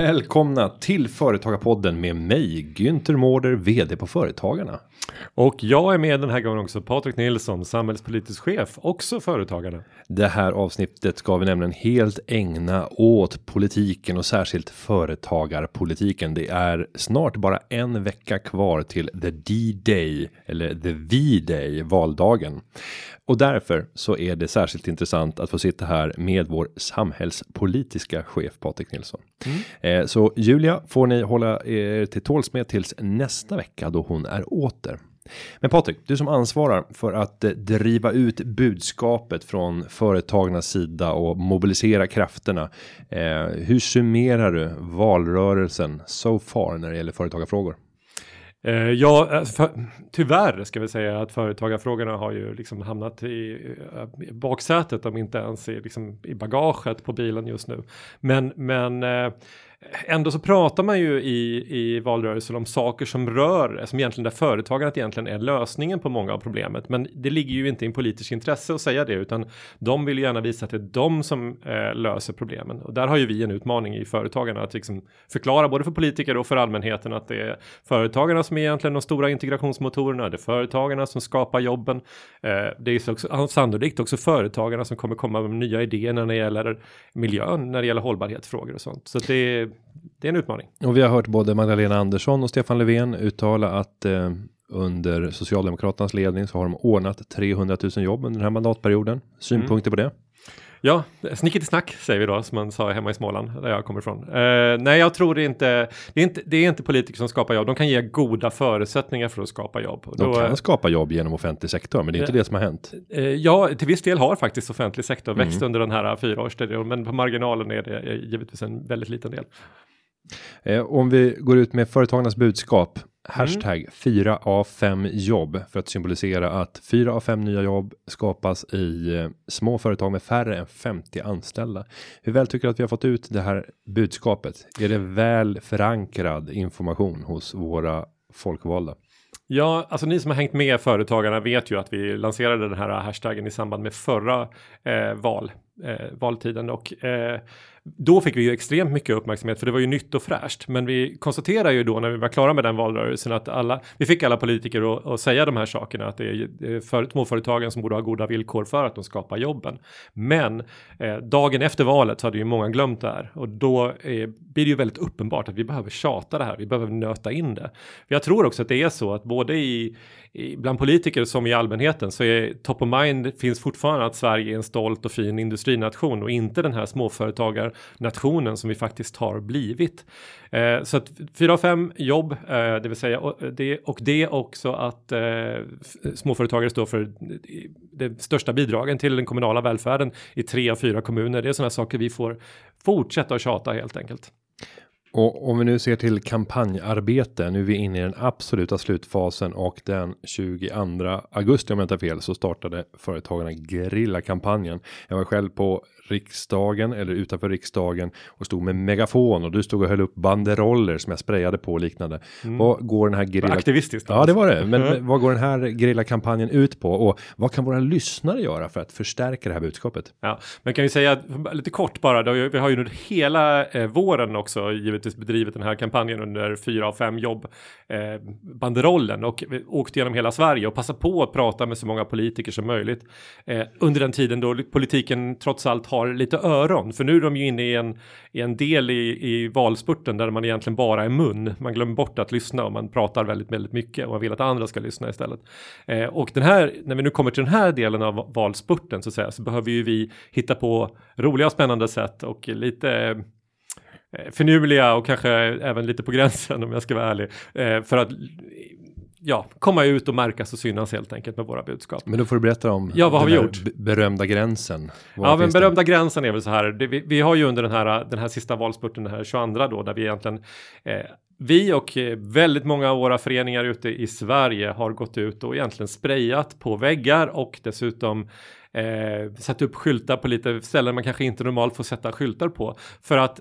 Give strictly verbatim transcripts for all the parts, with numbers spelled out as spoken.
Välkomna till Företagarpodden med mig, Günther Mårder, vd på Företagarna. Och jag är med den här gången också, Patrik Nilsson, samhällspolitisk chef, också Företagarna. Det här avsnittet ska vi nämligen helt ägna åt politiken och särskilt företagarpolitiken. Det är snart bara en vecka kvar till the D-Day eller the V-Day, valdagen. Och därför så är det särskilt intressant att få sitta här med vår samhällspolitiska chef Patrik Nilsson. Mm. Eh, så Julia får ni hålla er till tåls med tills nästa vecka då hon är åter. Men Patrik, du som ansvarar för att eh, driva ut budskapet från företagarnas sida och mobilisera krafterna. Eh, hur summerar du valrörelsen so far när det gäller företagarfrågor? Ja, för, tyvärr ska vi säga att företagarfrågorna har ju liksom hamnat i, i baksätet, om inte ens i, liksom, i bagaget på bilen just nu. Men, men eh, ändå så pratar man ju i, i valrörelsen om saker som rör, som egentligen där företagandet egentligen är lösningen på många av problemet. Men det ligger ju inte i en politisk intresse att säga det, utan de vill ju gärna visa att det är de som eh, löser problemen. Och där har ju vi en utmaning i Företagarna att liksom förklara både för politiker och för allmänheten att det är företagarna som är egentligen de stora integrationsmotorerna, det är företagarna som skapar jobben. Eh, det är också, sannolikt också företagarna som kommer komma med nya idéer när det gäller miljön, när det gäller hållbarhetsfrågor och sånt. Så det är Det är en utmaning. Och vi har hört både Magdalena Andersson och Stefan Löfven uttala att eh, under Socialdemokraternas ledning så har de ordnat trehundratusen jobb under den här mandatperioden. Synpunkter mm. på det? Ja, snicket i snack säger vi då, som man sa hemma i Småland där jag kommer ifrån. Uh, nej, jag tror det är inte, det är inte, det är inte politiker som skapar jobb. De kan ge goda förutsättningar för att skapa jobb. De då, kan skapa jobb genom offentlig sektor, men det är inte uh, det som har hänt. Uh, ja, till viss del har faktiskt offentlig sektor mm. växt under den här fyraårsperioden, men på marginalen är det givetvis en väldigt liten del. Eh, om vi går ut med företagarnas budskap, hashtag mm. fyra av fem jobb, för att symbolisera att fyra av fem nya jobb skapas i eh, små företag med färre än femtio anställda. Hur väl tycker du att vi har fått ut det här budskapet? Är det väl förankrad information hos våra folkvalda? Ja, alltså ni som har hängt med Företagarna vet ju att vi lanserade den här hashtaggen i samband med förra eh, val, eh, valtiden och eh, då fick vi ju extremt mycket uppmärksamhet för det var ju nytt och fräscht. Men vi konstaterar ju då när vi var klara med den valrörelsen att alla, vi fick alla politiker att, att säga de här sakerna. Att det är för, småföretagen som borde ha goda villkor för att de skapar jobben. Men eh, dagen efter valet så hade ju många glömt det här. Och då eh, blir det ju väldigt uppenbart att vi behöver tjata det här. Vi behöver nöta in det. Jag tror också att det är så att både i, i bland politiker som i allmänheten så är top of mind finns fortfarande att Sverige är en stolt och fin industrination och inte den här småföretagar nationen som vi faktiskt har blivit. Eh, så att fyra av fem jobb, eh, det vill säga och det, och det också att eh, småföretagare står för det största bidragen till den kommunala välfärden i tre av fyra kommuner. Det är sådana saker vi får fortsätta att tjata helt enkelt. Och om vi nu ser till kampanjarbete, nu är vi inne i den absoluta slutfasen och den tjugoandra augusti om jag inte har fel så startade Företagarna Grilla-kampanjen. Jag var själv på riksdagen eller utanför riksdagen och stod med megafon och du stod och höll upp banderoller som jag sprayade på och liknande. Mm. Vad går den här grilla... Aktivistiskt. Ja, det var det. Men mm. vad går den här grilla-kampanjen ut på och vad kan våra lyssnare göra för att förstärka det här budskapet? Ja, men kan vi säga lite kort bara, då, vi har ju nu hela eh, våren också givetvis bedrivit den här kampanjen under fyra av fem jobb eh, banderollen och vi åkte genom hela Sverige och passade på att prata med så många politiker som möjligt eh, under den tiden då politiken trots allt har lite öron. För nu är de ju inne i en, i en del i, i valspurten där man egentligen bara är mun. Man glömmer bort att lyssna och man pratar väldigt, väldigt mycket och man vill att andra ska lyssna istället. Eh, och den här, när vi nu kommer till den här delen av valspurten så, att säga, så behöver ju vi hitta på roliga och spännande sätt och lite eh, förnumliga och kanske även lite på gränsen om jag ska vara ärlig. Eh, för att ja, komma ut och märkas och synas helt enkelt med våra budskap. Men då får du berätta om ja, vad har vi gjort? B- berömda gränsen. Vad ja, men berömda det? gränsen är väl så här. Det, vi, vi har ju under den här, den här sista valspurten, den här tjugoandra då, där vi egentligen eh, vi och eh, väldigt många av våra föreningar ute i Sverige har gått ut och egentligen sprayat på väggar och dessutom eh, satt upp skyltar på lite ställen man kanske inte normalt får sätta skyltar på. För att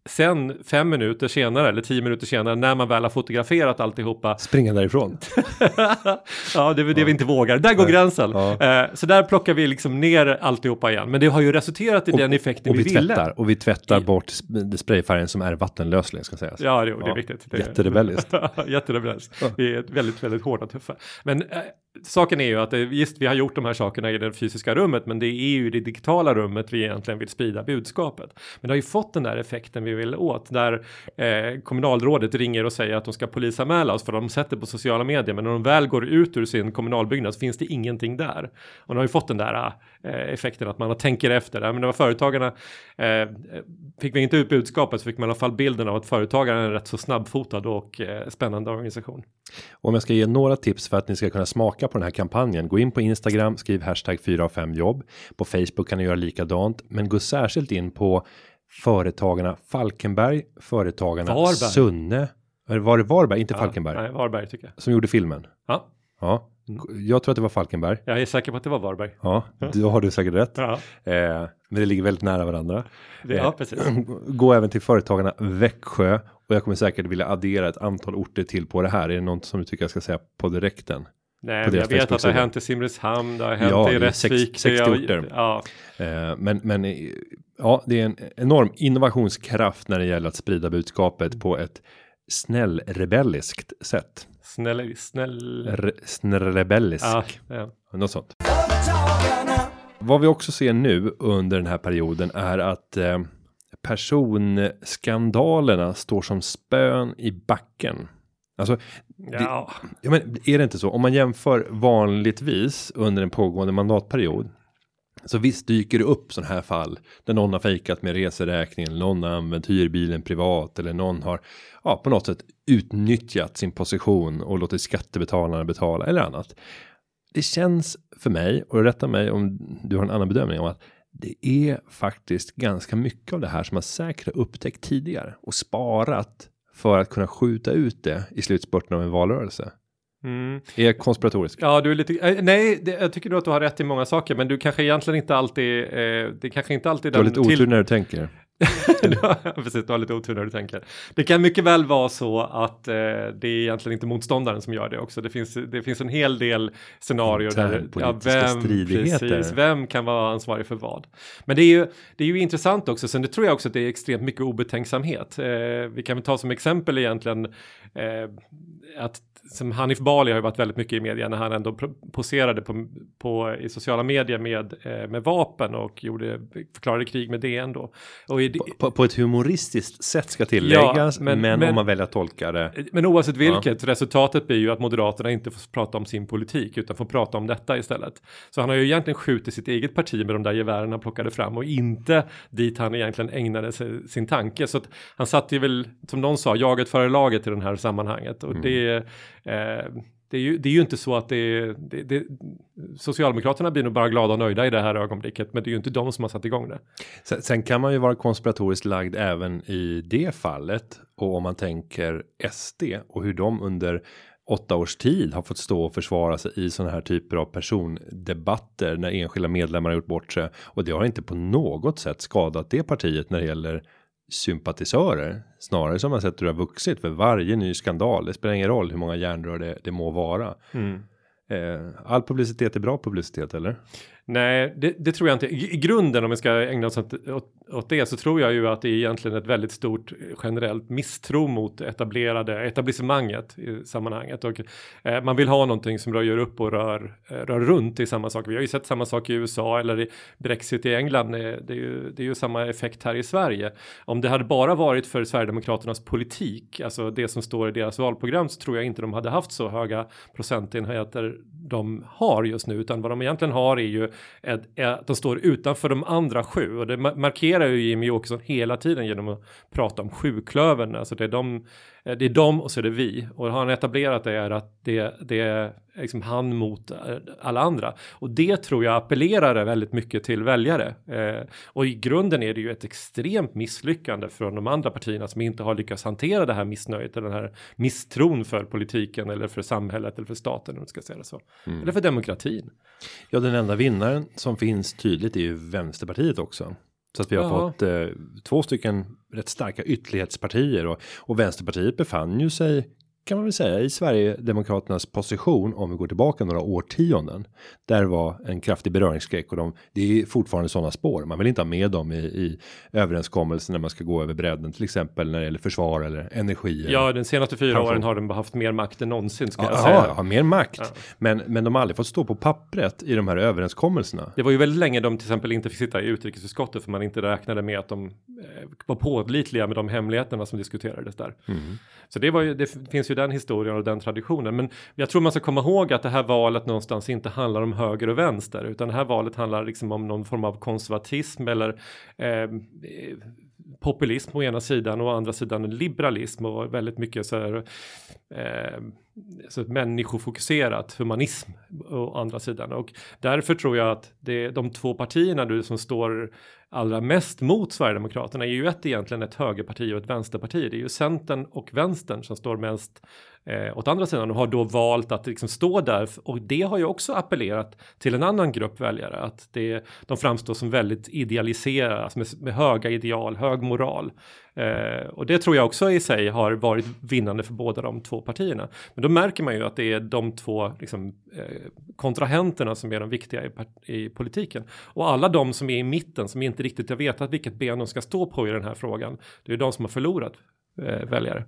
sen fem minuter senare eller tio minuter senare när man väl har fotograferat alltihopa. Springa därifrån. Ja, det är det ja. vi inte vågar. Där går Nej. gränsen. Ja. Uh, så där plockar vi liksom ner alltihopa igen. Men det har ju resulterat i och, den effekten och vi, vi tvättar, ville. Och vi tvättar I, bort sprayfärgen som är vattenlöslig, ska sägas. Ja, det, det är ja. viktigt. Det, Jätterebelliskt. Jätterebelliskt. Ja. Vi är väldigt, väldigt hårda och tuffa. Men uh, saken är ju att just vi har gjort de här sakerna i det fysiska rummet, men det är ju i det digitala rummet vi egentligen vill sprida budskapet. Men det har ju fått den där effekten vi vill åt, där eh, kommunalrådet ringer och säger att de ska polisanmäla oss för de sätter på sociala medier, men när de väl går ut ur sin kommunalbyggnad så finns det ingenting där. Och de har ju fått den där eh, effekten att man har tänker efter. Ja, men det var företagarna, eh, fick vi inte ut budskapet så fick man i alla fall bilden av att företagaren är en rätt så snabbfotad och eh, spännande organisation. Om jag ska ge några tips för att ni ska kunna smaka på den här kampanjen, gå in på Instagram, skriv hashtag fyra av fem jobb. På Facebook kan ni göra likadant, men gå särskilt in på företagarna Falkenberg, företagarna Varberg. Sunne. Var det Varberg, inte ja, Falkenberg? Nej, Varberg tycker jag. Som gjorde filmen? Ja. Ja, jag tror att det var Falkenberg. Jag är säker på att det var Varberg. Ja, då har du säkert rätt. Ja. Eh, men det ligger väldigt nära varandra. Det, ja, precis. Eh, gå även till företagarna Växjö. Och jag kommer säkert vilja addera ett antal orter till på det här. Är det något som du tycker jag ska säga på direkten? Nej, jag vet att det har hänt i Simrishamn, det har hänt ja, i Rättvik. sextio orter. Ja. Eh, men, men ja, det är en enorm innovationskraft när det gäller att sprida budskapet på ett snällrebelliskt sätt. Snäll, snäll... Re, snällrebellisk. Ja, ja. Något sånt. Vad vi också ser nu under den här perioden är att eh, personskandalerna står som spön i backen. Alltså, ja. Det, ja, men är det inte så? Om man jämför vanligtvis under en pågående mandatperiod, så visst dyker det upp sådana här fall där någon har fejkat med reseräkningen, någon har använt hyrbilen privat eller någon har ja, på något sätt utnyttjat sin position och låtit skattebetalarna betala eller annat. Det känns för mig, och rätta mig om du har en annan bedömning, om att det är faktiskt ganska mycket av det här som har säkert upptäckt tidigare och sparat för att kunna skjuta ut det i slutspurten av en valrörelse. Mm. Är konspiratorisk? Ja, du är lite... Äh, nej, det, jag tycker nog att du har rätt i många saker, men du kanske egentligen inte alltid... Eh, det kanske inte alltid... Du har lite otur till... när du tänker. Ja, precis, du har lite otur när du tänker. Det kan mycket väl vara så att eh, det är egentligen inte motståndaren som gör det också. Det finns, det finns en hel del scenarier där ja, vem, precis, vem kan vara ansvarig för vad. Men det är ju, det är ju intressant också. Sen det tror jag också att det är extremt mycket obetänksamhet. Eh, vi kan väl ta som exempel egentligen eh, att som Hanif Bali har ju varit väldigt mycket i media när han ändå poserade på, på, i sociala medier med, eh, med vapen och gjorde, förklarade krig med det ändå. Och i, på, på ett humoristiskt sätt ska tilläggas, ja, men, men, men om man väljer att tolka det. Men oavsett vilket, ja. Resultatet blir ju att Moderaterna inte får prata om sin politik utan får prata om detta istället. Så han har ju egentligen skjutit sitt eget parti med de där gevären han plockade fram och inte dit han egentligen ägnade sig, sin tanke. Så att han satt ju väl, som någon sa, jaget före laget i det här sammanhanget. Och mm. det eh, Det är, ju, det är ju inte så att det, det, det Socialdemokraterna blir nog bara glada och nöjda i det här ögonblicket, men det är ju inte de som har satt igång det. Sen, sen kan man ju vara konspiratoriskt lagd även i det fallet, och om man tänker S D och hur de under åtta års tid har fått stå och försvara sig i sådana här typer av persondebatter när enskilda medlemmar har gjort bort sig, och det har inte på något sätt skadat det partiet när det gäller sympatisörer, snarare som man sett hur det har vuxit för varje ny skandal. Det spelar ingen roll hur många järnrör det, det må vara. Mm. Eh, all publicitet är bra publicitet, eller? Nej, det, det tror jag inte. I, I grunden, om vi ska ägna oss åt, åt, åt det, så tror jag ju att det är egentligen ett väldigt stort generellt misstro mot etablerade etablissemanget i sammanhanget. Och eh, man vill ha någonting som rör upp och rör, rör runt i samma sak. Vi har ju sett samma sak i U S A eller i Brexit i England. Det är ju, det är ju samma effekt här i Sverige. Om det hade bara varit för Sverigedemokraternas politik, alltså det som står i deras valprogram, så tror jag inte de hade haft så höga procentenheter de har just nu, utan vad de egentligen har är ju att, att de står utanför de andra sju, och det markerar ju Jimmie Åkesson hela tiden genom att prata om sjuklövern. Alltså det är de, det är de och så är det vi, och har han etablerat det är att det, det är liksom han mot alla andra, och det tror jag appellerar väldigt mycket till väljare, eh, och i grunden är det ju ett extremt misslyckande från de andra partierna som inte har lyckats hantera det här missnöjet eller den här misstron för politiken eller för samhället eller för staten, om man ska säga det så, mm. eller för demokratin. Ja, den enda vinnaren som finns tydligt är ju Vänsterpartiet också, Så att vi har Jaha. fått eh, två stycken rätt starka ytterlighetspartier och, och Vänsterpartiet befann ju sig, kan man väl säga, i Sverigedemokraternas position om vi går tillbaka några årtionden. Där var en kraftig beröringsskräck och de, det är fortfarande sådana spår. Man vill inte ha med dem i, i överenskommelsen när man ska gå över bredden, till exempel när det gäller försvar eller energi. Ja, eller den senaste fyra pension. åren har de haft mer makt än någonsin, ska Ja, jag säga. ja, har mer makt. Ja. Men, men de har aldrig fått stå på pappret i de här överenskommelserna. Det var ju väldigt länge de till exempel inte fick sitta i utrikesutskottet för man inte räknade med att de eh, var pålitliga med de hemligheterna som diskuterades där. Mm. Så det, var ju, det finns ju den historien och den traditionen. Men jag tror man ska komma ihåg att det här valet någonstans inte handlar om höger och vänster. Utan det här valet handlar liksom om någon form av konservatism eller eh, populism å ena sidan och å andra sidan liberalism och väldigt mycket så här, eh, så människofokuserat humanism å andra sidan. Och därför tror jag att det, de två partierna nu som står allra mest mot Sverigedemokraterna är ju ett egentligen ett högerparti och ett vänsterparti. Det är ju Centern och Vänstern som står mest eh, åt andra sidan och har då valt att liksom stå där. Och det har ju också appellerat till en annan grupp väljare. Att det, de framstår som väldigt idealiserade, alltså med, med höga ideal, hög moral. Eh, och det tror jag också i sig har varit vinnande för båda de två partierna. Men då märker man ju att det är de två liksom, eh, kontrahenterna som är de viktiga i, i politiken. Och alla de som är i mitten, som inte riktigt har vetat vilket ben de ska stå på i den här frågan, det är de som har förlorat eh, väljare.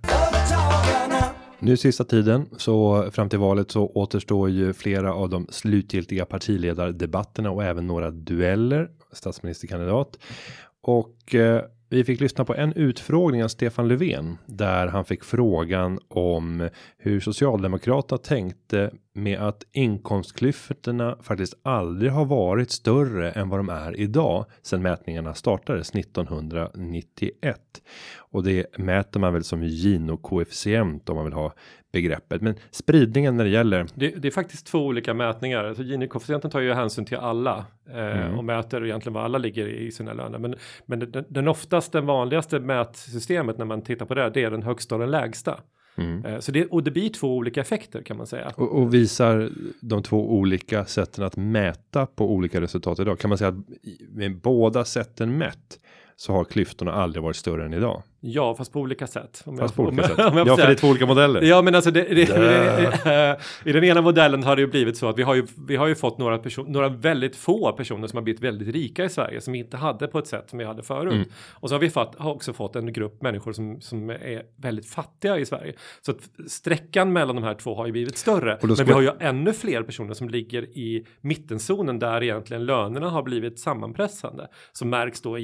Nu sista tiden, så fram till valet, så återstår ju flera av de slutgiltiga partiledardebatterna och även några dueller, statsministerkandidat. Och eh, vi fick lyssna på en utfrågning av Stefan Löfven där han fick frågan om hur Socialdemokraterna tänkte med att inkomstklyftorna faktiskt aldrig har varit större än vad de är idag sedan mätningarna startades nittonhundranittioett. Och det mäter man väl som Gini-koefficient om man vill ha begreppet. Men spridningen när det gäller... Det, det är faktiskt två olika mätningar. Alltså Gini-koefficienten tar ju hänsyn till alla eh, Mm. och mäter egentligen vad alla ligger i sina löner. Men, men den, den oftast den vanligaste mätsystemet när man tittar på det, det är den högsta och den lägsta. Mm. Eh, så det, och det blir två olika effekter kan man säga. Och, och visar de två olika sätten att mäta på olika resultat idag. Kan man säga att med båda sätten mätt så har klyftorna aldrig varit större än idag? Ja, fast på olika sätt. Om Fast jag, på olika om, sätt. om jag Ja, får för säga. det är två olika modeller. Ja, men alltså det, det, det, i den ena modellen har det ju blivit så att vi har ju, vi har ju fått några, person, några väldigt få personer som har blivit väldigt rika i Sverige som inte hade på ett sätt som vi hade förut. Mm. Och så har vi fått, har också fått en grupp människor som, som är väldigt fattiga i Sverige. Så att sträckan mellan de här två har ju blivit större. Men ska... vi har ju ännu fler personer som ligger i mittenzonen där egentligen lönerna har blivit sammanpressande. Som märks då i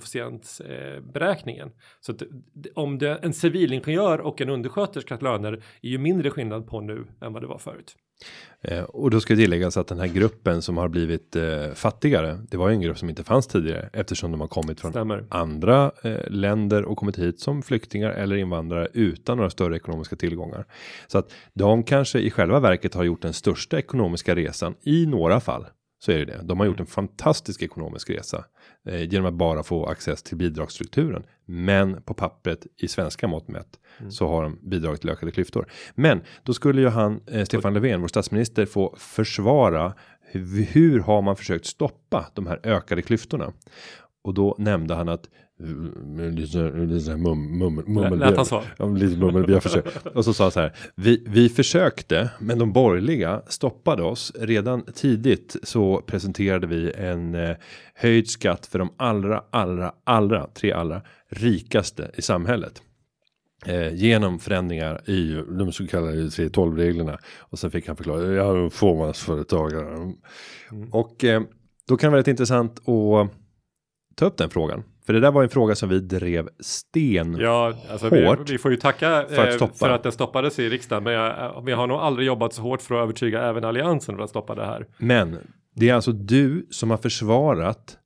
Gini-koefficientberäkningen. Så att om det en civilingenjör och en undersköterskas löner är ju mindre skillnad på nu än vad det var förut. Eh, och då ska tilläggas att den här gruppen som har blivit eh, fattigare, det var ju en grupp som inte fanns tidigare eftersom de har kommit från Stämmer. andra eh, länder och kommit hit som flyktingar eller invandrare utan några större ekonomiska tillgångar. Så att de kanske i själva verket har gjort den största ekonomiska resan i några fall. Så är det det. De har gjort en fantastisk ekonomisk resa eh, genom att bara få access till bidragsstrukturen. Men på pappret i svenska mått mätt mm. så har de bidragit till ökade klyftor. Men då skulle ju han, eh, Stefan Löfven, vår statsminister, få försvara hur, hur har man försökt stoppa de här ökade klyftorna. Och då nämnde han att lite, lite mum, mum, mummel, Lät han så? Ja, lite mummel, jag försökte. Och så sa han så här, vi, vi försökte, men de borgerliga stoppade oss. Redan tidigt så presenterade vi en eh, höjd skatt för de allra, allra, allra, tre allra rikaste i samhället. Eh, genom förändringar i de så kallade tre tolv-reglerna. Och sen fick han förklara, ja, fåmansföretagare. Mm. Och eh, då kan det vara rätt intressant att ta upp den frågan. För det där var en fråga som vi drev sten Ja, alltså vi, vi får ju tacka för att, eh, för att den stoppades i riksdagen. Men jag, vi har nog aldrig jobbat så hårt för att övertyga även alliansen för att stoppa det här. Men det är alltså du som har försvarat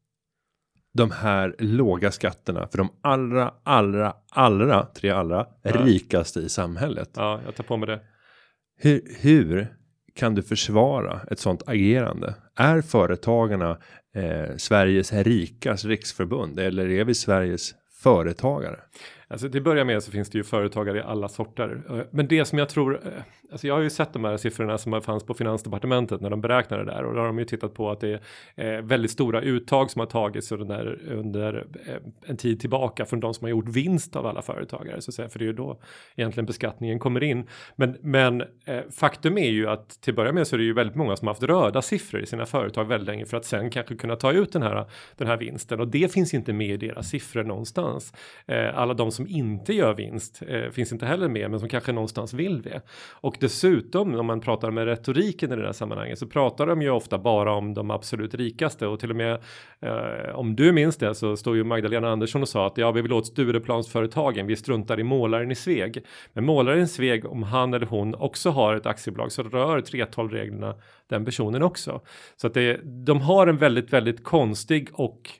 de här låga skatterna för de allra, allra, allra, tre allra ja. rikaste i samhället. Ja, jag tar på mig det. Hur, hur kan du försvara ett sånt agerande? Är företagarna eh, Sveriges rikas riksförbund eller är vi Sveriges företagare? Alltså till att börja med så finns det ju företagare i alla sorter. Men det som jag tror, alltså jag har ju sett de här siffrorna som fanns på Finansdepartementet när de beräknade det där. Och då har de ju tittat på att det är väldigt stora uttag som har tagits under, under en tid tillbaka från de som har gjort vinst av alla företagare. Så att säga, för det är ju då egentligen beskattningen kommer in. Men, men faktum är ju att till att börja med så är det ju väldigt många som har haft röda siffror i sina företag väldigt länge för att sen kanske kunna ta ut den här, den här vinsten. Och det finns inte med i deras siffror någonstans. Alla de som inte gör vinst eh, finns inte heller med, men som kanske någonstans vill det. Och dessutom, om man pratar med retoriken i det här sammanhanget, så pratar de ju ofta bara om de absolut rikaste. Och till och med, eh, om du minns det, så står ju Magdalena Andersson och sa att ja, vi vill åt Stureplansföretagen, vi struntar i målaren i Sveg. Men målaren i Sveg, om han eller hon också har ett aktiebolag, så rör tre tolv-reglerna den personen också. Så att det, de har en väldigt, väldigt konstig och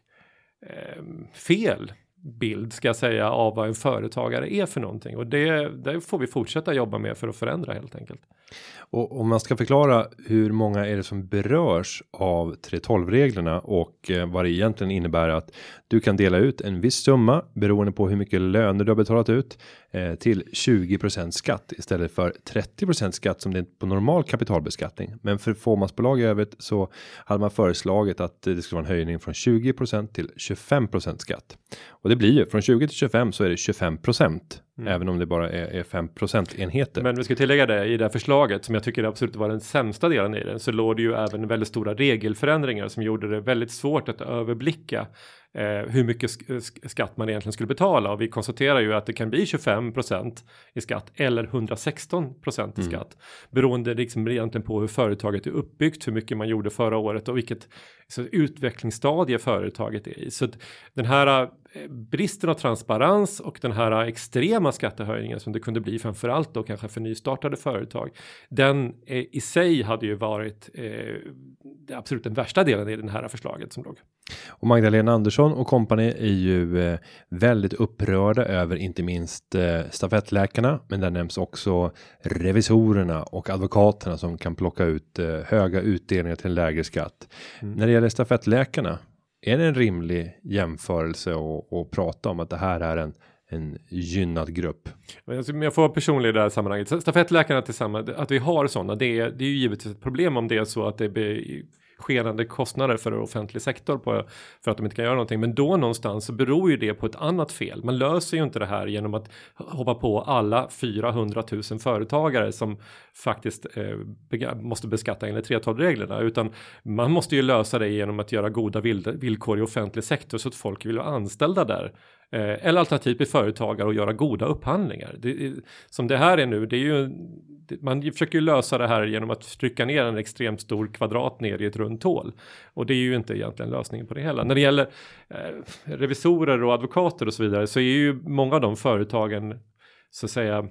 eh, fel bild ska jag säga av vad en företagare är för någonting, och det, det får vi fortsätta jobba med för att förändra helt enkelt. Och om man ska förklara hur många är det som berörs av tre tolv-reglerna och eh, vad det egentligen innebär, att du kan dela ut en viss summa beroende på hur mycket löner du har betalat ut eh, till tjugo procent skatt istället för trettio procent skatt som det är på normal kapitalbeskattning. Men för fåmansbolag i övrigt så hade man föreslagit att det skulle vara en höjning från tjugo procent till tjugofem procent skatt. Och det blir ju från tjugo till tjugofem, så är det tjugofem procent. Mm. Även om det bara är, är fem procent enheter. Men vi ska tillägga det, i det här förslaget som jag tycker absolut var den sämsta delen i den, så låg det ju även väldigt stora regelförändringar som gjorde det väldigt svårt att överblicka eh, hur mycket sk- skatt man egentligen skulle betala. Och vi konstaterar ju att det kan bli tjugofem procent i skatt eller hundrasexton procent i skatt. Mm. Beroende liksom egentligen på hur företaget är uppbyggt, hur mycket man gjorde förra året och vilket så, utvecklingsstadie företaget är i. Så att den här bristen av transparens och den här extrema skattehöjningen som det kunde bli framförallt då kanske för nystartade företag, den eh, i sig hade ju varit eh, det absolut den värsta delen i det här förslaget som låg. Och Magdalena Andersson och kompani är ju eh, väldigt upprörda över inte minst eh, stafettläkarna, men där nämns också revisorerna och advokaterna som kan plocka ut eh, höga utdelningar till en lägre skatt. Mm. När det gäller stafettläkarna, är det en rimlig jämförelse och, och prata om att det här är en, en gynnad grupp? Jag får vara personlig i det här sammanhanget. Stafettläkarna tillsammans, att vi har sådana, det är, det är ju givetvis ett problem om det är så att det blir skenande kostnader för offentlig sektor på, för att de inte kan göra någonting. Men då någonstans så beror ju det på ett annat fel. Man löser ju inte det här genom att hoppa på alla fyrahundratusen företagare som faktiskt eh, bega- måste beskatta enligt tre tolv-reglerna. Utan man måste ju lösa det genom att göra goda vill- villkor i offentlig sektor så att folk vill vara anställda där. Eh, eller alternativt i företagare och göra goda upphandlingar. Det, som det här är nu, det är ju, det, man försöker ju lösa det här genom att trycka ner en extremt stor kvadrat ner i ett runt hål. Och det är ju inte egentligen lösningen på det hela. När det gäller eh, revisorer och advokater och så vidare, så är ju många av de företagen så att säga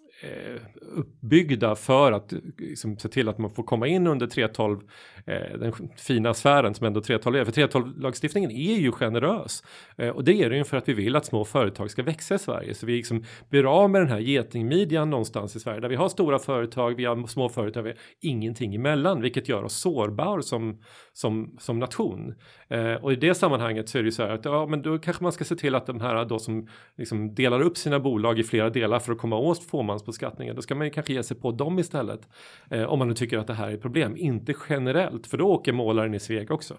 Eh, uppbyggda för att liksom, se till att man får komma in under tre tolv, eh, den fina sfären som ändå tre tolv är. För tre tolv-lagstiftningen är ju generös. Eh, och det är det ju för att vi vill att små företag ska växa i Sverige. Så vi liksom blir av med den här getingmidjan någonstans i Sverige. Där vi har stora företag, vi har små företag, vi har ingenting emellan. Vilket gör oss sårbar som, som, som nation. Eh, och i det sammanhanget så är det ju så här att ja, men då kanske man ska se till att de här då som liksom delar upp sina bolag i flera delar för att komma åt fåmans beskattningen, då ska man ju kanske ge sig på dem istället eh, om man nu tycker att det här är ett problem, inte generellt, för då åker målaren i Sveg också.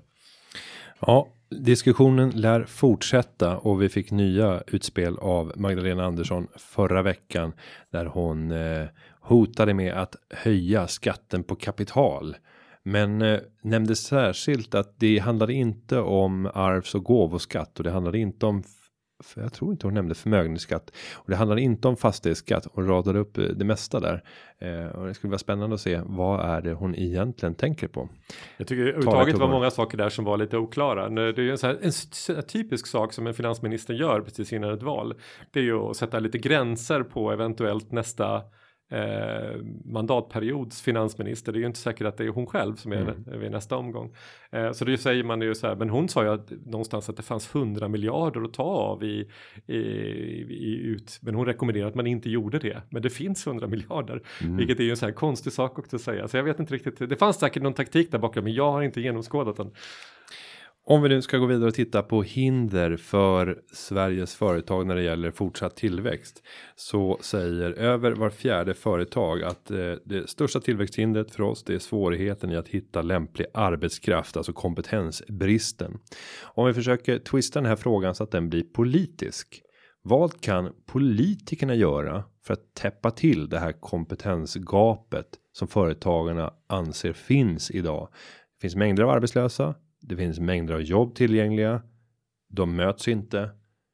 Ja, diskussionen lär fortsätta och vi fick nya utspel av Magdalena Andersson förra veckan där hon eh, hotade med att höja skatten på kapital. Men eh, nämnde särskilt att det handlade inte om arvs- och gåvoskatt och det handlade inte om för jag tror inte hon nämnde förmögenhetsskatt och det handlar inte om fastighetsskatt och radade upp det mesta där eh, och det skulle vara spännande att se vad är det hon egentligen tänker på. Jag tycker överhuvudtaget var många saker där som var lite oklara. Det är en, så här, en typisk sak som en finansminister gör precis innan ett val, det är ju att sätta lite gränser på eventuellt nästa Eh, mandatperiods finansminister. Det är ju inte säkert att det är hon själv som är mm. vid nästa omgång. Eh, så det säger man ju så här, men hon sa ju att, någonstans att det fanns hundra miljarder att ta av i, i, i ut, men hon rekommenderar att man inte gjorde det. Men det finns hundra miljarder, mm. vilket är ju en så här konstig sak också att säga. Så jag vet inte riktigt, det fanns säkert någon taktik där bakom, men jag har inte genomskådat den. Om vi nu ska gå vidare och titta på hinder för Sveriges företag när det gäller fortsatt tillväxt, så säger över var fjärde företag att eh, det största tillväxthindret för oss, det är svårigheten i att hitta lämplig arbetskraft, alltså kompetensbristen. Om vi försöker twista den här frågan så att den blir politisk, vad kan politikerna göra för att täppa till det här kompetensgapet som företagarna anser finns idag? Det finns mängder av arbetslösa. Det finns mängder av jobb tillgängliga. De möts inte.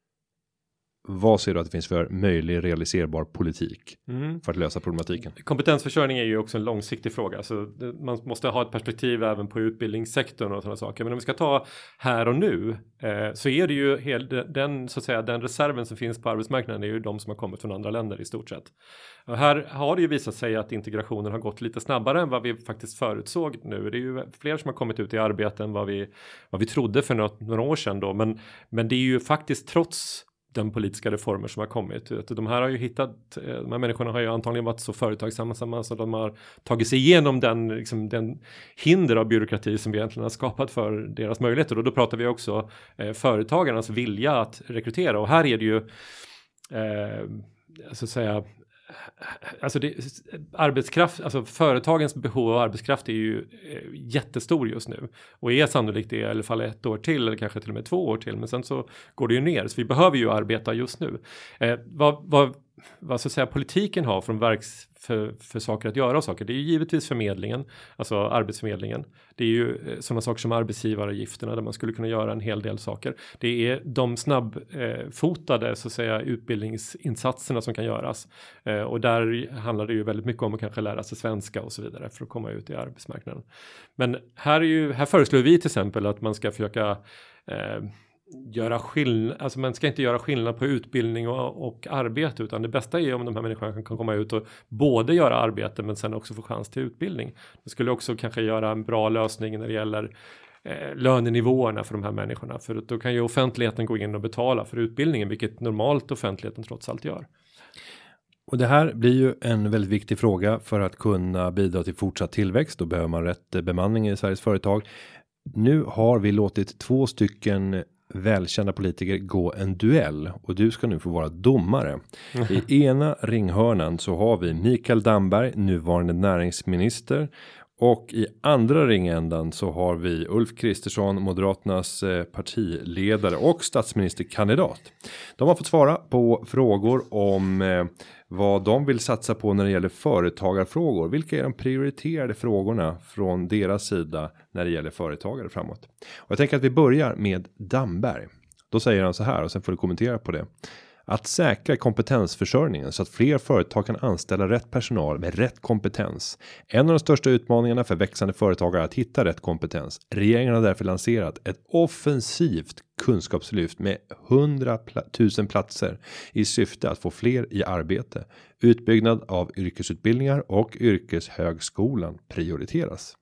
Vad ser du att det finns för möjlig realiserbar politik mm. för att lösa problematiken? Kompetensförsörjning är ju också en långsiktig fråga. Så man måste ha ett perspektiv även på utbildningssektorn och sådana saker. Men om vi ska ta här och nu eh, så är det ju hel, den, så att säga, den reserven som finns på arbetsmarknaden är ju de som har kommit från andra länder i stort sett. Och här har det ju visat sig att integrationen har gått lite snabbare än vad vi faktiskt förutsåg nu. Det är ju fler som har kommit ut i arbete än vad vi, vad vi trodde för något, några år sedan då. Men, men det är ju faktiskt trots den politiska reformer som har kommit. De här har ju hittat, de här människorna har ju antagligen varit så företagsamma så de har tagit sig igenom den, liksom, den hinder av byråkrati som vi egentligen har skapat för deras möjligheter. Och då pratar vi också eh, företagarnas vilja att rekrytera. Och här är det ju eh, så att säga alltså det, arbetskraft, alltså företagens behov av arbetskraft är ju eh, jättestor just nu och är sannolikt det i alla fall ett år till eller kanske till och med två år till, men sen så går det ju ner, så vi behöver ju arbeta just nu. Eh, vad, vad, vad så att säga politiken har från verks för, för saker att göra och saker, det är ju givetvis förmedlingen, alltså arbetsförmedlingen. Det är ju eh, sådana saker som arbetsgivaravgifterna där man skulle kunna göra en hel del saker. Det är de snabbfotade eh, så att säga utbildningsinsatserna som kan göras. Eh, och där handlar det ju väldigt mycket om att kanske lära sig svenska och så vidare för att komma ut i arbetsmarknaden. Men här, är ju, här föreslår vi till exempel att man ska försöka eh, göra skillnad, alltså man ska inte göra skillnad på utbildning och, och arbete, utan det bästa är om de här människorna kan, kan komma ut och både göra arbete men sen också få chans till utbildning. Det skulle också kanske göra en bra lösning när det gäller eh, lönenivåerna för de här människorna, för då kan ju offentligheten gå in och betala för utbildningen, vilket normalt offentligheten trots allt gör. Och det här blir ju en väldigt viktig fråga för att kunna bidra till fortsatt tillväxt. Då behöver man rätt bemanning i Sveriges företag. Nu har vi låtit två stycken välkända politiker gå en duell och du ska nu få vara domare. I ena ringhörnan så har vi Mikael Damberg, nuvarande näringsminister, och i andra ringändan så har vi Ulf Kristersson, Moderaternas partiledare och statsministerkandidat. De har fått svara på frågor om eh, vad de vill satsa på när det gäller företagarfrågor. Vilka är de prioriterade frågorna från deras sida när det gäller företagare framåt? Och jag tänker att vi börjar med Damberg. Då säger han så här, och sen får du kommentera på det. Att säkra kompetensförsörjningen så att fler företag kan anställa rätt personal med rätt kompetens. En av de största utmaningarna för växande företagare är att hitta rätt kompetens. Regeringen har därför lanserat ett offensivt kunskapslyft med hundratusen platser i syfte att få fler i arbete. Utbyggnad av yrkesutbildningar och yrkeshögskolan prioriteras.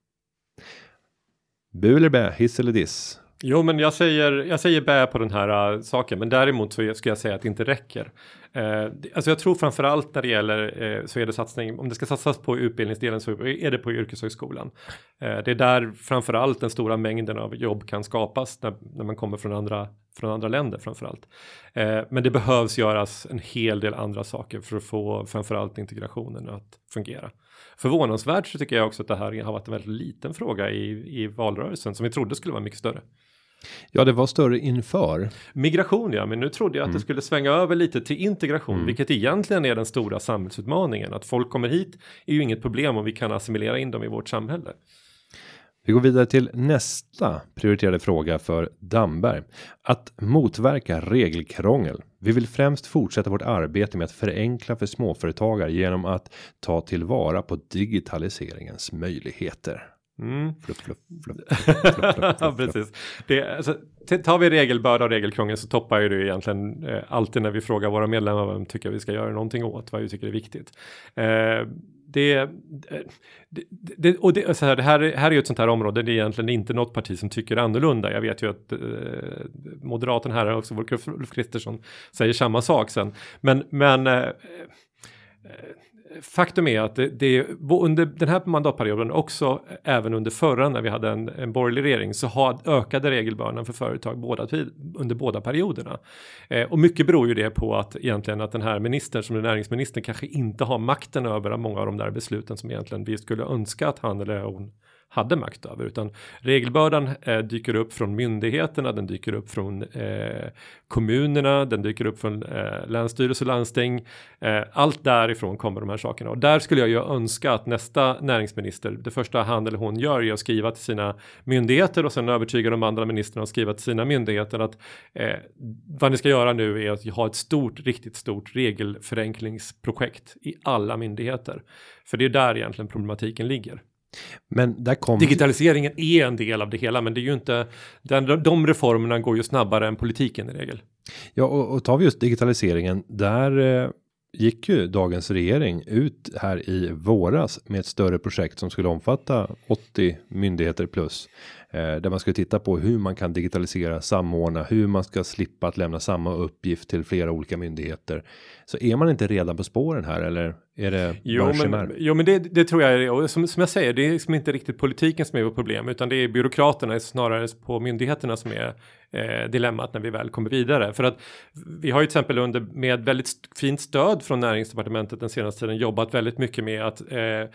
Bu eller bä, hiss eller diss? Jo, men jag säger, jag säger bä på den här uh, saken, men däremot så ska jag säga att det inte räcker. Uh, alltså jag tror framförallt när det gäller uh, så är det satsning, om det ska satsas på utbildningsdelen så är det på yrkeshögskolan. Uh, det är där framförallt den stora mängden av jobb kan skapas när, när man kommer från andra, från andra länder framförallt. Uh, men det behövs göras en hel del andra saker för att få framförallt integrationen att fungera. Förvånansvärt så tycker jag också att det här har varit en väldigt liten fråga i, i valrörelsen som vi trodde skulle vara mycket större. Ja, det var större inför. Migration, ja, men nu trodde jag att mm. det skulle svänga över lite till integration, mm. vilket egentligen är den stora samhällsutmaningen. Att folk kommer hit är ju inget problem om vi kan assimilera in dem i vårt samhälle. Vi går vidare till nästa prioriterade fråga för Damberg. Att motverka regelkrångel. Vi vill främst fortsätta vårt arbete med att förenkla för småföretagare genom att ta tillvara på digitaliseringens möjligheter. Mm. Fluff, fluff, fluff, fluff, fluff, fluff, fluff. Ja, precis. Det, alltså, tar vi regelbörda och regelkrångel så toppar ju det egentligen eh, alltid när vi frågar våra medlemmar vad de tycker vi ska göra någonting åt, vad vi tycker är viktigt. Eh, det, det, det, och det, så här, det här, här är ju ett sånt här område, det är egentligen inte något parti som tycker annorlunda. Jag vet ju att eh, moderaten här är också, Ulf Kristersson säger samma sak sen. Men, men eh, faktum är att det, det under den här mandatperioden också även under förra när vi hade en, en borgerlig regering så har ökade regelbördan för företag båda, under båda perioderna. Eh, och mycket beror ju det på att egentligen att den här ministern som är näringsministern kanske inte har makten över många av de där besluten som egentligen vi skulle önska att han eller hon hade makt över, utan regelbördan eh, dyker upp från myndigheterna, den dyker upp från eh, kommunerna, den dyker upp från eh, länsstyrelse och landsting. Eh, allt därifrån kommer de här sakerna, och där skulle jag ju önska att nästa näringsminister, det första han eller hon gör är att skriva till sina myndigheter och sen övertyga de andra ministrarna att skriva till sina myndigheter att eh, vad ni ska göra nu är att ha ett stort, riktigt stort regelförenklingsprojekt i alla myndigheter. För det är där egentligen problematiken ligger. Men där kom... Digitaliseringen är en del av det hela, men det är ju inte den, de reformerna går ju snabbare än politiken i regel. Ja, och, och tar vi just digitaliseringen, där eh, gick ju dagens regering ut här i våras med ett större projekt som skulle omfatta åttio myndigheter plus. Eh, där man skulle titta på hur man kan digitalisera, samordna, hur man ska slippa att lämna samma uppgift till flera olika myndigheter. Så är man inte redan på spåren här, eller är det jo, men, jo, men det, det tror jag är, och som, som jag säger, det är liksom inte riktigt politiken som är vårt problem, utan det är byråkraterna snarare på myndigheterna som är eh, dilemmat när vi väl kommer vidare. För att vi har ju till exempel under, med väldigt fint stöd från näringsdepartementet den senaste tiden jobbat väldigt mycket med att eh, eh,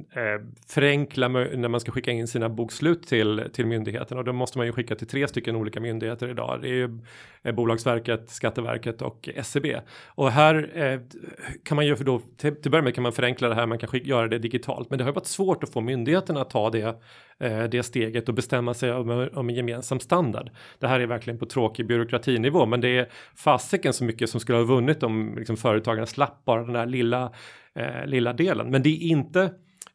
förenkla när man ska skicka in sina bokslut till, till myndigheterna, och då måste man ju skicka till tre stycken olika myndigheter idag. Det är ju eh, Bolagsverket, Skatteverket och S C B. Och här eh, kan man ju för då till, till börja med kan man förenkla det här, man kan sk- göra det digitalt, men det har varit svårt att få myndigheterna att ta det, eh, det steget och bestämma sig om, om en gemensam standard. Det här är verkligen på tråkig byråkratinivå, men det är fasiken så mycket som skulle ha vunnit om liksom, företagarna slapp bara den här lilla, eh, lilla delen. Men det är inte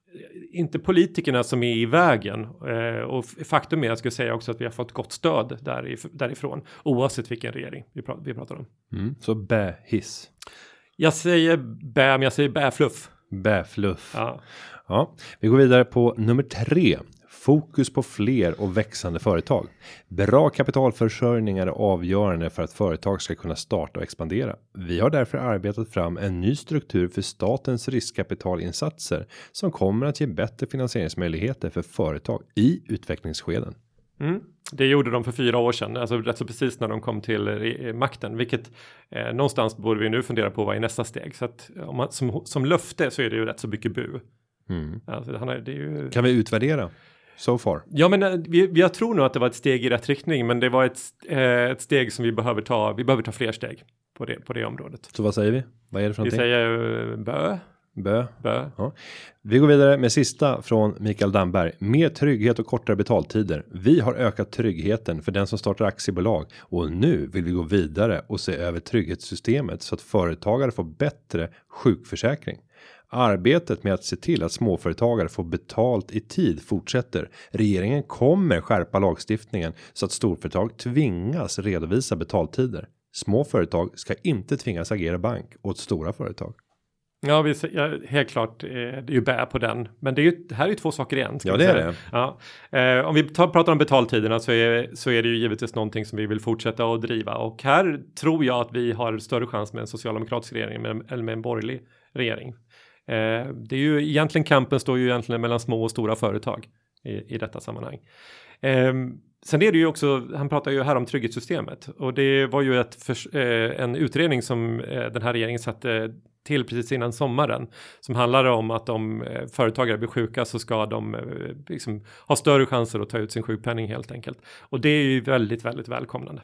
inte politikerna som är i vägen, eh, och faktum är, jag skulle säga också att vi har fått gott stöd därif- därifrån oavsett vilken regering vi, pra- vi pratar om. Mm, så bä-hiss. Jag säger bä, men jag säger bä-fluff. Bä-fluff. Ja. Ja, vi går vidare på nummer tre. Fokus på fler och växande företag. Bra kapitalförsörjning är avgörande för att företag ska kunna starta och expandera. Vi har därför arbetat fram en ny struktur för statens riskkapitalinsatser som kommer att ge bättre finansieringsmöjligheter för företag i utvecklingsskeden. Mm. Det gjorde de för fyra år sedan, alltså rätt så precis när de kom till re- makten, vilket eh, någonstans borde vi nu fundera på vad är nästa steg. Så att om man, som, som löfte så är det ju rätt så mycket bu. Mm. Alltså, han är, det är ju... Kan vi utvärdera? So far. Ja, men vi, jag tror nog att det var ett steg i rätt riktning, men det var ett, eh, ett steg som vi behöver ta. Vi behöver ta fler steg på det, på det området. Så vad säger vi? Vad är det för vi någonting? Vi säger uh, bö. Bö. Bö. Ja. Vi går vidare med sista från Mikael Damberg. Mer trygghet och kortare betaltider. Vi har ökat tryggheten för den som startar aktiebolag. Och nu vill vi gå vidare och se över trygghetssystemet så att företagare får bättre sjukförsäkring. Arbetet med att se till att småföretagare får betalt i tid fortsätter. Regeringen kommer skärpa lagstiftningen så att storföretag tvingas redovisa betaltider. Små företag ska inte tvingas agera bank åt stora företag. Ja, vi, ja, helt klart eh, det är ju bä på den. Men det, är ju, det här är ju två saker igen. Ja, det är det. Ja. Eh, om vi tar, pratar om betaltiderna så är, så är det ju givetvis någonting som vi vill fortsätta att driva. Och här tror jag att vi har större chans med en socialdemokratisk regering med, eller med en borgerlig regering. Eh, det är ju egentligen, kampen står ju egentligen mellan små och stora företag i, i detta sammanhang. Eh, sen är det ju också, han pratar ju här om trygghetssystemet. Och det var ju ett för, eh, en utredning som eh, den här regeringen satte till precis innan sommaren, som handlar om att om eh, företagare blir sjuka så ska de eh, liksom, ha större chanser att ta ut sin sjukpenning helt enkelt. Och det är ju väldigt, väldigt välkomnande.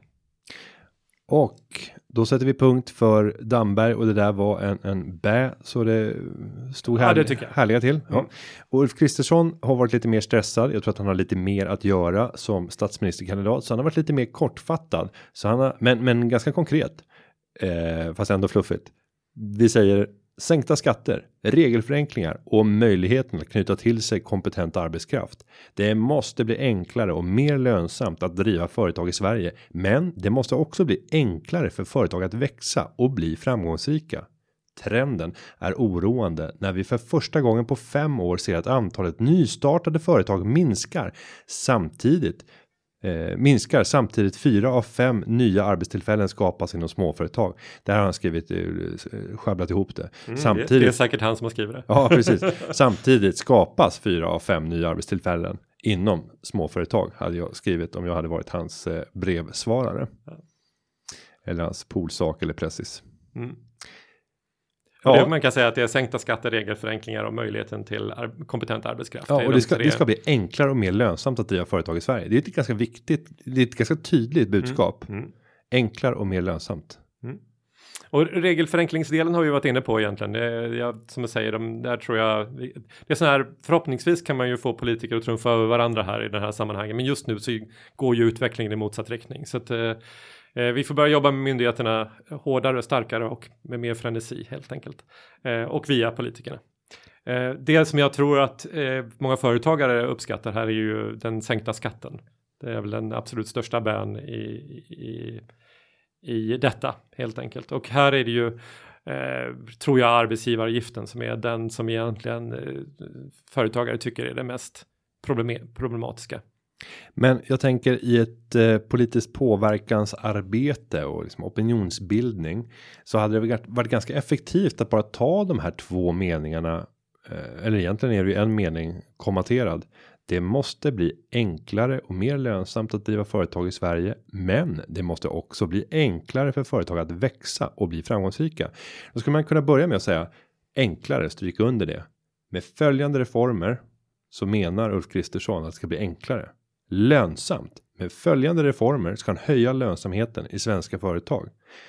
Och då sätter vi punkt för Damberg, och det där var en, en bä, så det stod här, ja, det härliga till. Mm. Ja. Och Ulf Kristersson har varit lite mer stressad. Jag tror att han har lite mer att göra som statsministerkandidat, så han har varit lite mer kortfattad. Så han har, men, men ganska konkret, eh, fast ändå fluffigt. Vi säger sänkta skatter, regelförenklingar och möjligheten att knyta till sig kompetent arbetskraft. Det måste bli enklare och mer lönsamt att driva företag i Sverige, men det måste också bli enklare för företag att växa och bli framgångsrika. Trenden är oroande när vi för första gången på fem år ser att antalet nystartade företag minskar samtidigt eh, minskar samtidigt fyra av fem nya arbetstillfällen skapas inom småföretag. Där har han skrivit, eh, sjabblat ihop det. Mm, samtidigt, det. Det är säkert han som har skrivit det. Ja, precis. Samtidigt skapas fyra av fem nya arbetstillfällen inom småföretag, hade jag skrivit om jag hade varit hans eh, brevsvarare. Ja. Eller hans polsak eller pressis. Mm. Ja. Det, man kan säga att det är sänkta skatter, regelförenklingar och möjligheten till ar- kompetent arbetskraft. Ja, det och det ska, det ska bli enklare och mer lönsamt att driva företag i Sverige. Det är ett ganska viktigt, det är ett ganska tydligt budskap. Mm. Mm. Enklare och mer lönsamt. Mm. Och regelförenklingsdelen har vi varit inne på egentligen. Det, jag, som jag säger, de, där tror jag, det är så här, förhoppningsvis kan man ju få politiker att trumfa över varandra här i den här sammanhanget. Men just nu så går ju utvecklingen i motsatt riktning. Så att eh, vi får börja jobba med myndigheterna hårdare, starkare och med mer frenesi helt enkelt. Eh, och via politikerna. Eh, det som jag tror att eh, många företagare uppskattar här är ju den sänkta skatten. Det är väl den absolut största bön i, i, i detta helt enkelt. Och här är det ju, eh, tror jag, arbetsgivaravgiften som är den som egentligen eh, företagare tycker är det mest problem- problematiska. Men jag tänker i ett eh, politiskt påverkansarbete och liksom opinionsbildning så hade det varit ganska effektivt att bara ta de här två meningarna, eh, eller egentligen är det ju en mening kommenterad. Det måste bli enklare och mer lönsamt att driva företag i Sverige, men det måste också bli enklare för företag att växa och bli framgångsrika. Då skulle man kunna börja med att säga enklare, stryka under det. Med följande reformer så menar Ulf Kristersson att det ska bli enklare. Lönsamt. Med följande reformer ska han höja lönsamheten i svenska företag.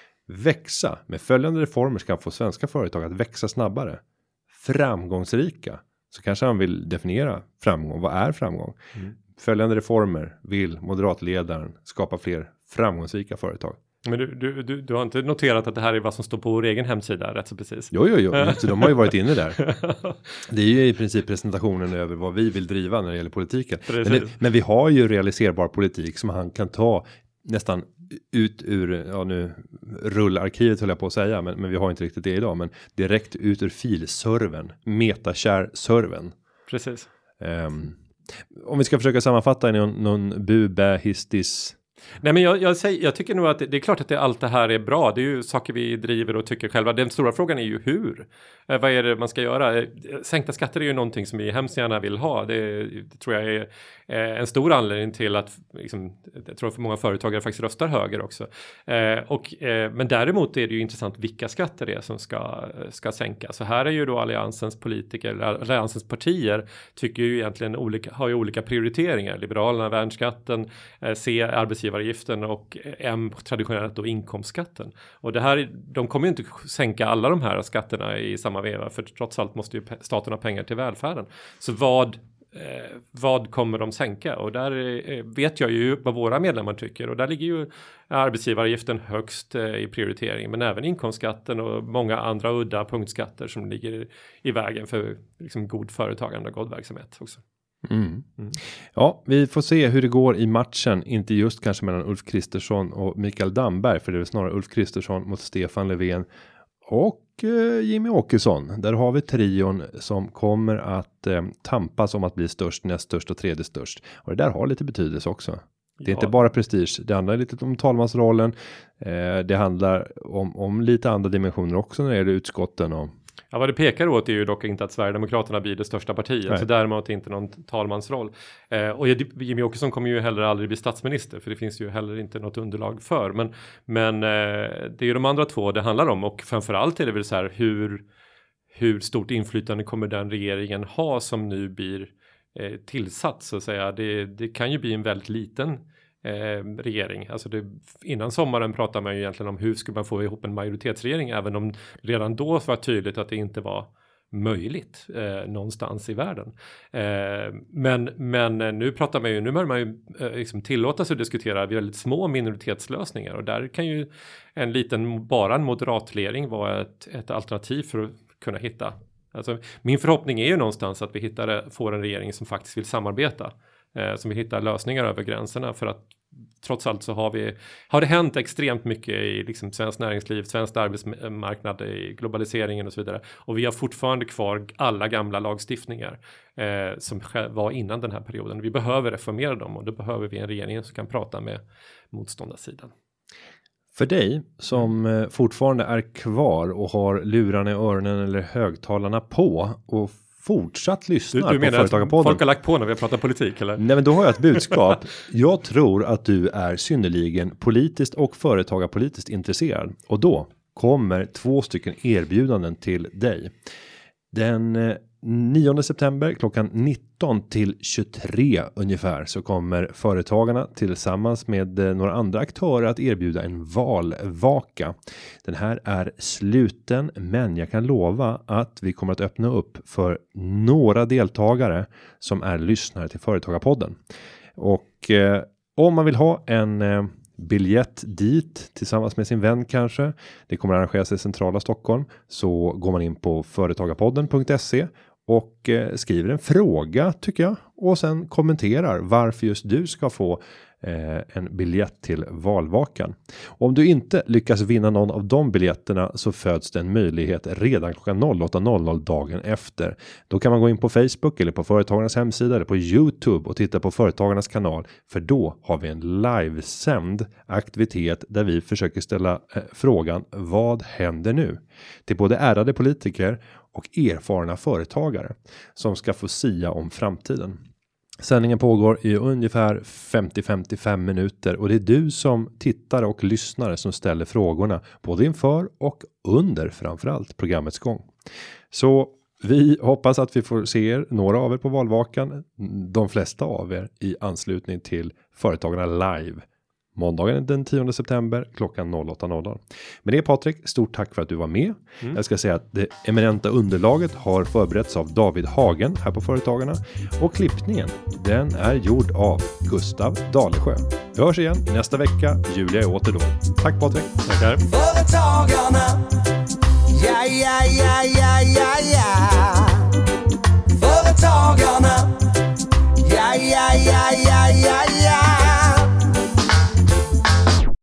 Växa. Med följande reformer ska han få svenska företag att växa snabbare. Framgångsrika. Så kanske han vill definiera framgång. Vad är framgång? Mm. Följande reformer vill moderatledaren skapa fler framgångsrika företag. Men du, du, du, du har inte noterat att det här är vad som står på vår egen hemsida rätt så precis? Jo, jo, jo. Så de har ju varit inne där. Det är ju i princip presentationen över vad vi vill driva när det gäller politiken. Men, det, men vi har ju realiserbar politik som han kan ta nästan ut ur, ja nu rullarkivet höll jag på att säga, men, men vi har inte riktigt det idag. Men direkt ut ur filservern, metashare-servern. Precis. Um, om vi ska försöka sammanfatta i någon, någon bubä histis. Nej, men jag, jag, säger, jag tycker nog att det, det är klart att det, allt det här är bra. Det är ju saker vi driver och tycker själva. Den stora frågan är ju hur. Eh, vad är det man ska göra? Eh, sänkta skatter är ju någonting som vi hemskt gärna vill ha. Det, det tror jag är eh, en stor anledning till att liksom, jag tror att många företagare faktiskt röstar höger också. Eh, och, eh, men däremot är det ju intressant vilka skatter det är som ska, ska sänkas. Så här är ju då alliansens politiker, eller alliansens partier tycker ju egentligen olika, har ju olika prioriteringar. Liberalerna, värnskatten, eh, C, arbetsgivare avgiften och M traditionellt då inkomstskatten. Och det här, de kommer ju inte sänka alla de här skatterna i samma veva, för trots allt måste ju staten ha pengar till välfärden. Så vad, eh, vad kommer de sänka? Och där eh, vet jag ju vad våra medlemmar tycker, och där ligger ju arbetsgivaravgiften högst eh, i prioritering, men även inkomstskatten och många andra udda punktskatter som ligger i vägen för liksom, god företagande och god verksamhet också. Mm. Mm. Ja, vi får se hur det går i matchen, inte just kanske mellan Ulf Kristersson och Mikael Damberg, för det är snarare Ulf Kristersson mot Stefan Löfven och eh, Jimmy Åkesson. Där har vi trion som kommer att eh, tampas om att bli störst, näst störst och tredje störst, och det där har lite betydelse också. Det är ja. inte bara prestige, det handlar lite om talmansrollen, eh, det handlar om, om lite andra dimensioner också när det gäller utskotten och ja, vad det pekar åt är ju dock inte att Sverigedemokraterna blir det största partiet. Nej. Så däremot inte någon talmansroll. Eh, och Jimmy Åkesson kommer ju heller aldrig bli statsminister, för det finns ju heller inte något underlag för. Men, men eh, det är ju de andra två det handlar om. Och framförallt är det väl så här, hur, hur stort inflytande kommer den regeringen ha som nu blir eh, tillsatt, så att säga. Det, det kan ju bli en väldigt liten Eh, regering. Alltså det, innan sommaren pratar man ju egentligen om hur ska man få ihop en majoritetsregering, även om redan då var tydligt att det inte var möjligt eh, någonstans i världen. Eh, men, men nu pratar man ju, nu bör man ju eh, liksom tillåta sig att diskutera väldigt små minoritetslösningar, och där kan ju en liten, bara en moderatregering vara ett, ett alternativ för att kunna hitta. Alltså, min förhoppning är ju någonstans att vi hittar, får en regering som faktiskt vill samarbeta. eh, som vill hitta lösningar över gränserna, för att trots allt så har vi har det hänt extremt mycket i liksom svensk näringsliv, svensk arbetsmarknad, i globaliseringen och så vidare. Och vi har fortfarande kvar alla gamla lagstiftningar eh, som var innan den här perioden. Vi behöver reformera dem, och då behöver vi en regering som kan prata med motståndarsidan. För dig som mm. fortfarande är kvar och har lurarna i öronen eller högtalarna på och fortsatt lyssnar du, du på Företagarpodden. Folk har lagt på när vi har pratat politik, eller? Nej, men då har jag ett budskap. Jag tror att du är synnerligen politiskt och företagarpolitiskt intresserad. Och då kommer två stycken erbjudanden till dig. Den nionde september klockan nitton till tjugotre ungefär så kommer Företagarna tillsammans med några andra aktörer att erbjuda en valvaka. Den här är sluten, men jag kan lova att vi kommer att öppna upp för några deltagare som är lyssnare till Företagarpodden. Och eh, om man vill ha en eh, biljett dit tillsammans med sin vän kanske, det kommer att arrangeras i centrala Stockholm, så går man in på företagarpodden punkt se och eh, skriver en fråga tycker jag, och sen kommenterar varför just du ska få eh, en biljett till valvakan. Om du inte lyckas vinna någon av de biljetterna så föds det en möjlighet redan klockan åtta noll noll dagen efter. Då kan man gå in på Facebook eller på Företagarnas hemsida eller på YouTube och titta på Företagarnas kanal, för då har vi en livesänd aktivitet där vi försöker ställa eh, frågan vad händer nu? Till både ärade politiker och erfarna företagare som ska få sia om framtiden. Sändningen pågår i ungefär femtio till femtiofem minuter och det är du som tittare och lyssnare som ställer frågorna både inför och under framförallt programmets gång. Så vi hoppas att vi får se er, några av er på valvakan, de flesta av er i anslutning till Företagarna live. Måndagen den tionde september klockan åtta noll noll. Men det är Patrik, stort tack för att du var med. Mm. Jag ska säga att det eminenta underlaget har förberetts av David Hagen här på Företagarna. Och klippningen, den är gjord av Gustav Dalesjö. Vi hörs igen nästa vecka, Julia är åter då. Tack Patrik. Tackar. Företagarna, ja ja ja ja ja.